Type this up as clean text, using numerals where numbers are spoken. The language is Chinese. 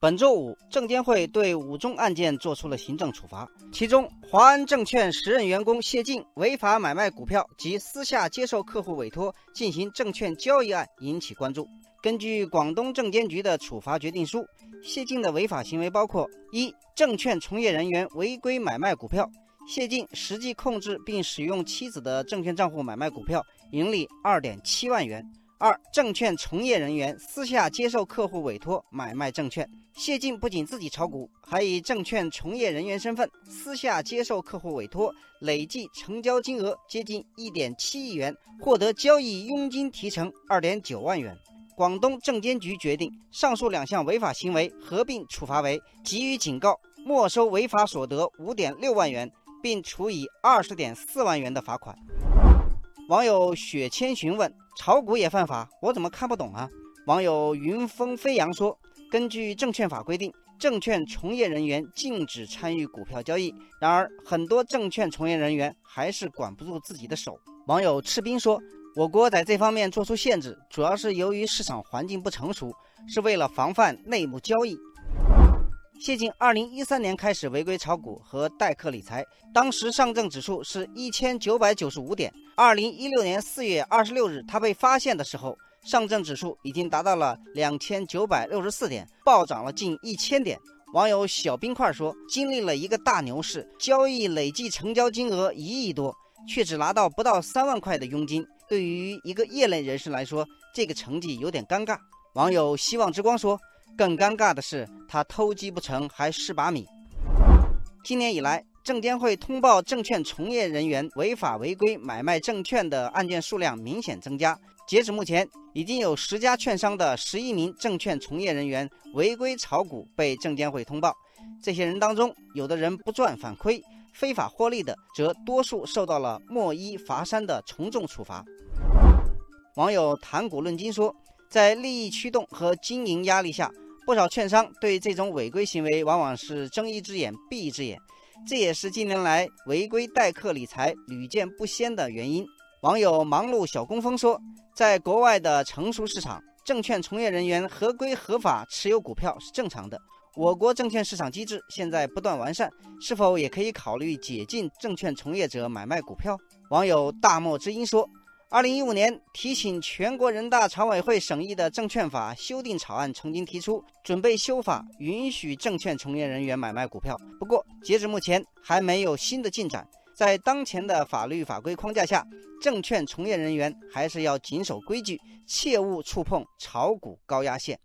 本周五，证监会对5宗案件作出了行政处罚，其中华安证券时任员工谢晋违法买卖股票及私下接受客户委托进行证券交易案引起关注。根据广东证监局的处罚决定书，谢晋的违法行为包括：一、证券从业人员违规买卖股票，谢晋实际控制并使用妻子的证券账户买卖股票，盈利2.7万元。二、证券从业人员私下接受客户委托买卖证券，谢晋不仅自己炒股，还以证券从业人员身份私下接受客户委托，累计成交金额接近1.7亿元，获得交易佣金提成2.9万元。广东证监局决定上述2项违法行为合并处罚为给予警告、没收违法所得5.6万元，并处以20.4万元的罚款。网友雪谦询问：炒股也犯法，我怎么看不懂啊？网友云风飞扬说：根据证券法规定，证券从业人员禁止参与股票交易，然而很多证券从业人员还是管不住自己的手。网友赤兵说：我国在这方面做出限制，主要是由于市场环境不成熟，是为了防范内幕交易。谢晋2013年开始违规炒股和代客理财，当时上证指数是1995点。2016年4月26日，他被发现的时候，上证指数已经达到了2964点，暴涨了近1000点。网友小冰块说：经历了一个大牛市，交易累计成交金额1亿多，却只拿到不到3万块的佣金，对于一个业内人士来说，这个成绩有点尴尬。网友希望之光说：更尴尬的是，他偷鸡不成还蚀把米。今年以来，证监会通报证券从业人员违法违规买卖证券的案件数量明显增加。截止目前，已经有10家券商的11名证券从业人员违规炒股被证监会通报。这些人当中，有的人不赚反亏，非法获利的则多数受到了莫一罚三的从重处罚。网友谈古论今说，在利益驱动和经营压力下，不少券商对这种违规行为往往是睁一只眼闭一只眼，这也是近年来违规代客理财屡见不鲜的原因。网友忙碌小工蜂说，在国外的成熟市场，证券从业人员合规合法持有股票是正常的。我国证券市场机制现在不断完善，是否也可以考虑解禁证券从业者买卖股票？网友大漠之音说，2015年提请全国人大常委会审议的证券法修订草案曾经提出准备修法，允许证券从业人员买卖股票，不过截至目前还没有新的进展。在当前的法律法规框架下，证券从业人员还是要谨守规矩，切勿触碰炒股高压线。